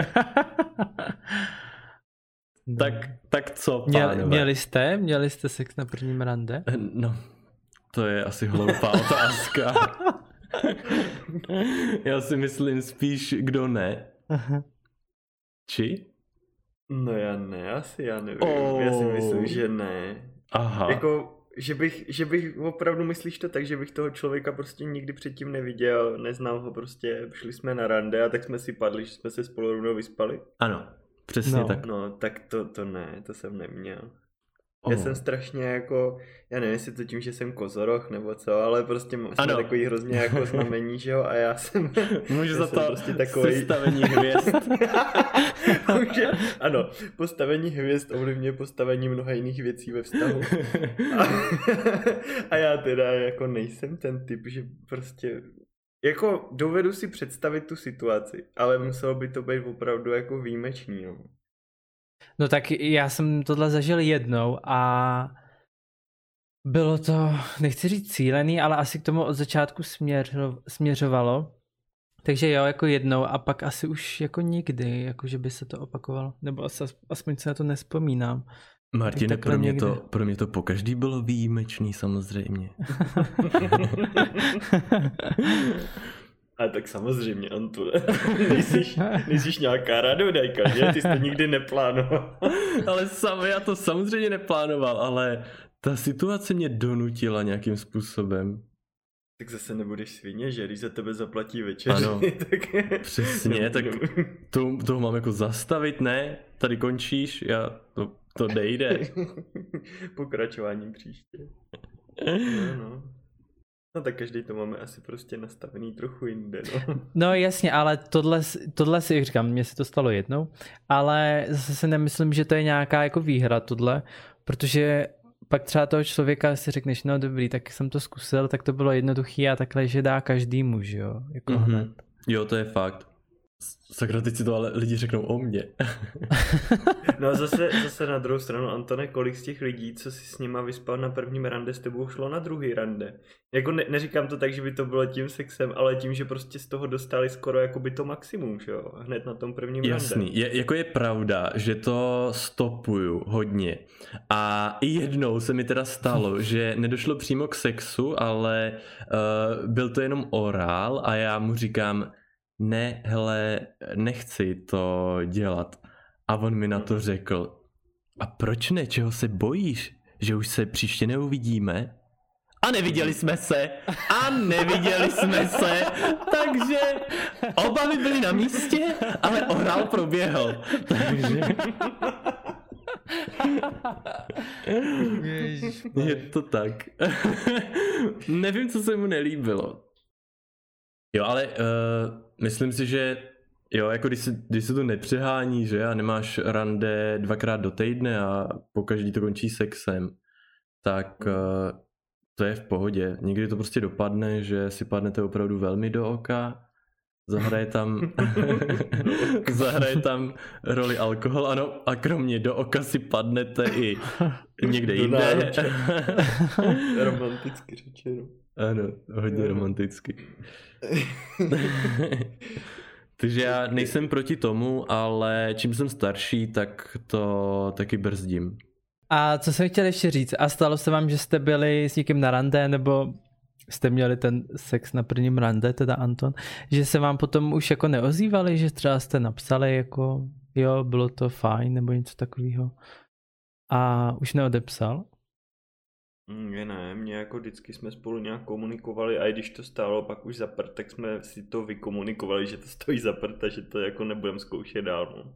tak, tak co, pánové? Měli, měli jste? Měli jste sex na prvním rande? No, to je asi hloupá otázka. Já si myslím spíš, kdo ne. Či? No já ne, asi já nevím, oh. já si myslím, že ne. Aha. Jako, že bych, že bych opravdu myslíš to tak, že bych toho člověka prostě nikdy předtím neviděl, neznal ho prostě, šli jsme na rande a tak jsme si padli, že jsme se spolu rovnou vyspali? Ano. Přesně No. tak. No, tak to, to ne, to jsem neměl. Oh. Já jsem strašně jako, já nevím, jestli to tím, že jsem kozoroch nebo co, ale prostě jsme Ano. takový hrozně jako znamení, že jo, a já jsem... Může já za jsem to prostě takovej... sestavení hvězd. Může, ano, postavení hvězd ovlivňuje postavení mnoha jiných věcí ve vztahu. A, a já teda jako nejsem ten typ, že prostě... Jako dovedu si představit tu situaci, ale muselo by to být opravdu jako výjimečný, no. No tak já jsem tohle zažil jednou a bylo to, nechci říct cílený, ale asi k tomu od začátku směřo, směřovalo. Takže jo, jako jednou a pak asi už jako nikdy, jako že by se to opakovalo. Nebo asi, aspoň se na to nespomínám. Martine, pro mě, to, pro mě to pokaždý bylo výjimečný samozřejmě. A tak samozřejmě, Antule, nejsiš, nejsiš nějaká radodajka, že? Ty jsi to nikdy neplánoval. Ale sam, já to samozřejmě neplánoval, ale ta situace mě donutila nějakým způsobem. Tak zase nebudeš svině, že když za tebe zaplatí večeři, ano, tak... přesně, tak to, toho mám jako zastavit, ne? Tady končíš, já, to, to nejde. Pokračování příště. No, no. No tak každý to máme asi prostě nastavený trochu jinde, no. No jasně, ale tohle, tohle si říkám, mně se to stalo jednou, ale zase si nemyslím, že to je nějaká jako výhra tohle, protože pak třeba toho člověka si řekneš, no dobrý, tak jsem to zkusil, tak to bylo jednoduchý a takhle, že dá každý muž, jo, jako mm-hmm. hned. Jo, to je fakt. Sakra, teď si to ale lidi řeknou o mně. No a zase, zase na druhou stranu, Antone, kolik z těch lidí, co si s nima vyspal na prvním rande, s tebou šlo na druhý rande? Jako ne, neříkám to tak, že by to bylo tím sexem, ale tím, že prostě z toho dostali skoro jako by to maximum, že jo? Hned na tom prvním Jasný. rande. Je, jako je pravda, že to stopuju hodně. A i jednou se mi teda stalo, že nedošlo přímo k sexu, ale uh, byl to jenom orál a já mu říkám, ne, hele, nechci to dělat. A on mi na to řekl, a proč ne, čeho se bojíš? Že už se příště neuvidíme? A neviděli jsme se, a neviděli jsme se, takže obavy byly na místě, ale orál proběhl. Takže... Je to tak. Nevím, co se mu nelíbilo. Jo, ale uh, myslím si, že jo, jako když se, když se to nepřehání, že a nemáš rande dvakrát do týdne a pokaždý to končí sexem, tak uh, to je v pohodě. Někdy to prostě dopadne, že si padnete opravdu velmi do oka, zahraje tam zahraje tam roli alkohol, ano, a kromě do oka si padnete i někde jinde. Romanticky řečeno. Ano, hodně jo. romanticky. Takže já nejsem proti tomu, ale čím jsem starší, tak to taky brzdím. A co jsem chtěl ještě říct, a stalo se vám, že jste byli s někým na rande, nebo jste měli ten sex na prvním rande, teda Anton, že se vám potom už jako neozývali, že třeba jste napsali jako jo, bylo to fajn, nebo něco takového a už neodepsal? Je ne, mě jako vždycky jsme spolu nějak komunikovali a i když to stálo pak už za prd, tak jsme si to vykomunikovali, že to stojí za prd a že to jako nebudem zkoušet dál. No.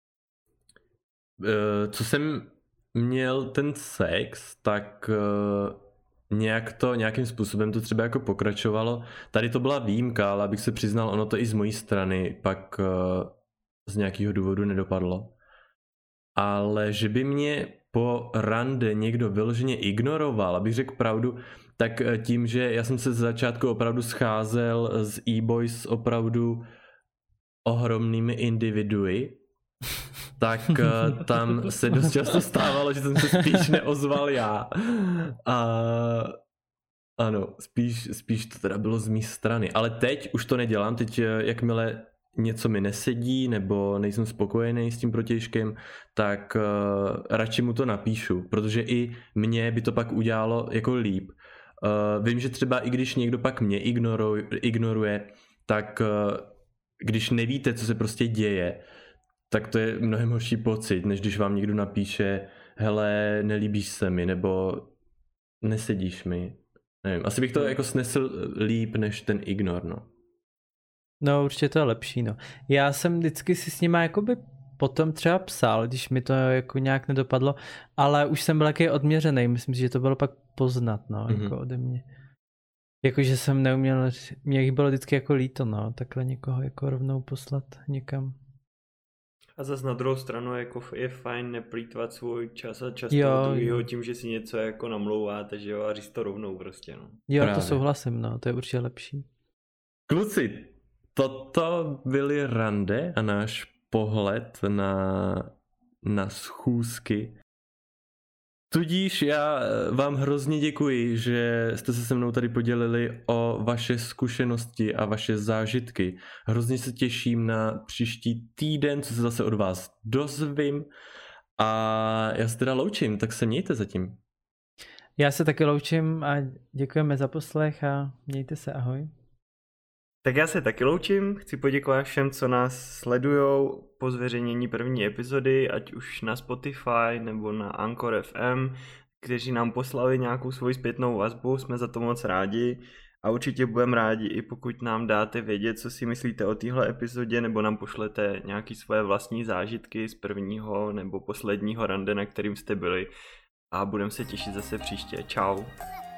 Co jsem měl ten sex, tak nějak to, nějakým způsobem to třeba jako pokračovalo. Tady to byla výjimka, ale abych se přiznal, ono to i z mojí strany pak z nějakého důvodu nedopadlo. Ale že by mě po rande někdo vyloženě ignoroval, abych řekl pravdu, tak tím, že já jsem se z začátku opravdu scházel s e-boys opravdu ohromnými individui, tak tam se dost často stávalo, že jsem se spíš neozval já. A ano, spíš, spíš to teda bylo z mé strany. Ale teď už to nedělám, teď jakmile něco mi nesedí nebo nejsem spokojený s tím protějškem, tak uh, radši mu to napíšu, protože i mě by to pak udělalo jako líp. Uh, vím, že třeba i když někdo pak mě ignoruje, ignoruje tak uh, když nevíte, co se prostě děje, tak to je mnohem horší pocit, než když vám někdo napíše hele, nelíbíš se mi, nebo nesedíš mi. Nevím, asi bych to jako snesl líp, než ten ignor, no. No určitě to je lepší, no. Já jsem vždycky si s nima jakoby potom třeba psal, když mi to jako nějak nedopadlo, ale už jsem byl jaký odměřený, myslím si, že to bylo pak poznat, no, mm-hmm. jako ode mě. Jakože jsem neuměl, mě jich bylo vždycky jako líto, no, takhle někoho jako rovnou poslat někam. A zase na druhou stranu jako je fajn neplýtvat svůj čas a čas jo, toho druhýho jo. tím, že si něco jako namlouváte, že jo, a říct to rovnou prostě, no. Jo, Právě. To souhlasím, no, to je určitě lepší. Kluci, toto byly rande a náš pohled na, na schůzky. Tudíž já vám hrozně děkuji, že jste se se mnou tady podělili o vaše zkušenosti a vaše zážitky. Hrozně se těším na příští týden, co se zase od vás dozvím. A já se teda loučím, tak se mějte zatím. Já se taky loučím a děkujeme za poslech a mějte se, ahoj. Tak já se taky loučím, chci poděkovat všem, co nás sledujou po zveřejnění první epizody, ať už na Spotify nebo na Anchor F M, kteří nám poslali nějakou svoji zpětnou vazbu, jsme za to moc rádi a určitě budeme rádi, i pokud nám dáte vědět, co si myslíte o téhle epizodě, nebo nám pošlete nějaké svoje vlastní zážitky z prvního nebo posledního rande, na kterým jste byli, a budeme se těšit zase příště. Čau.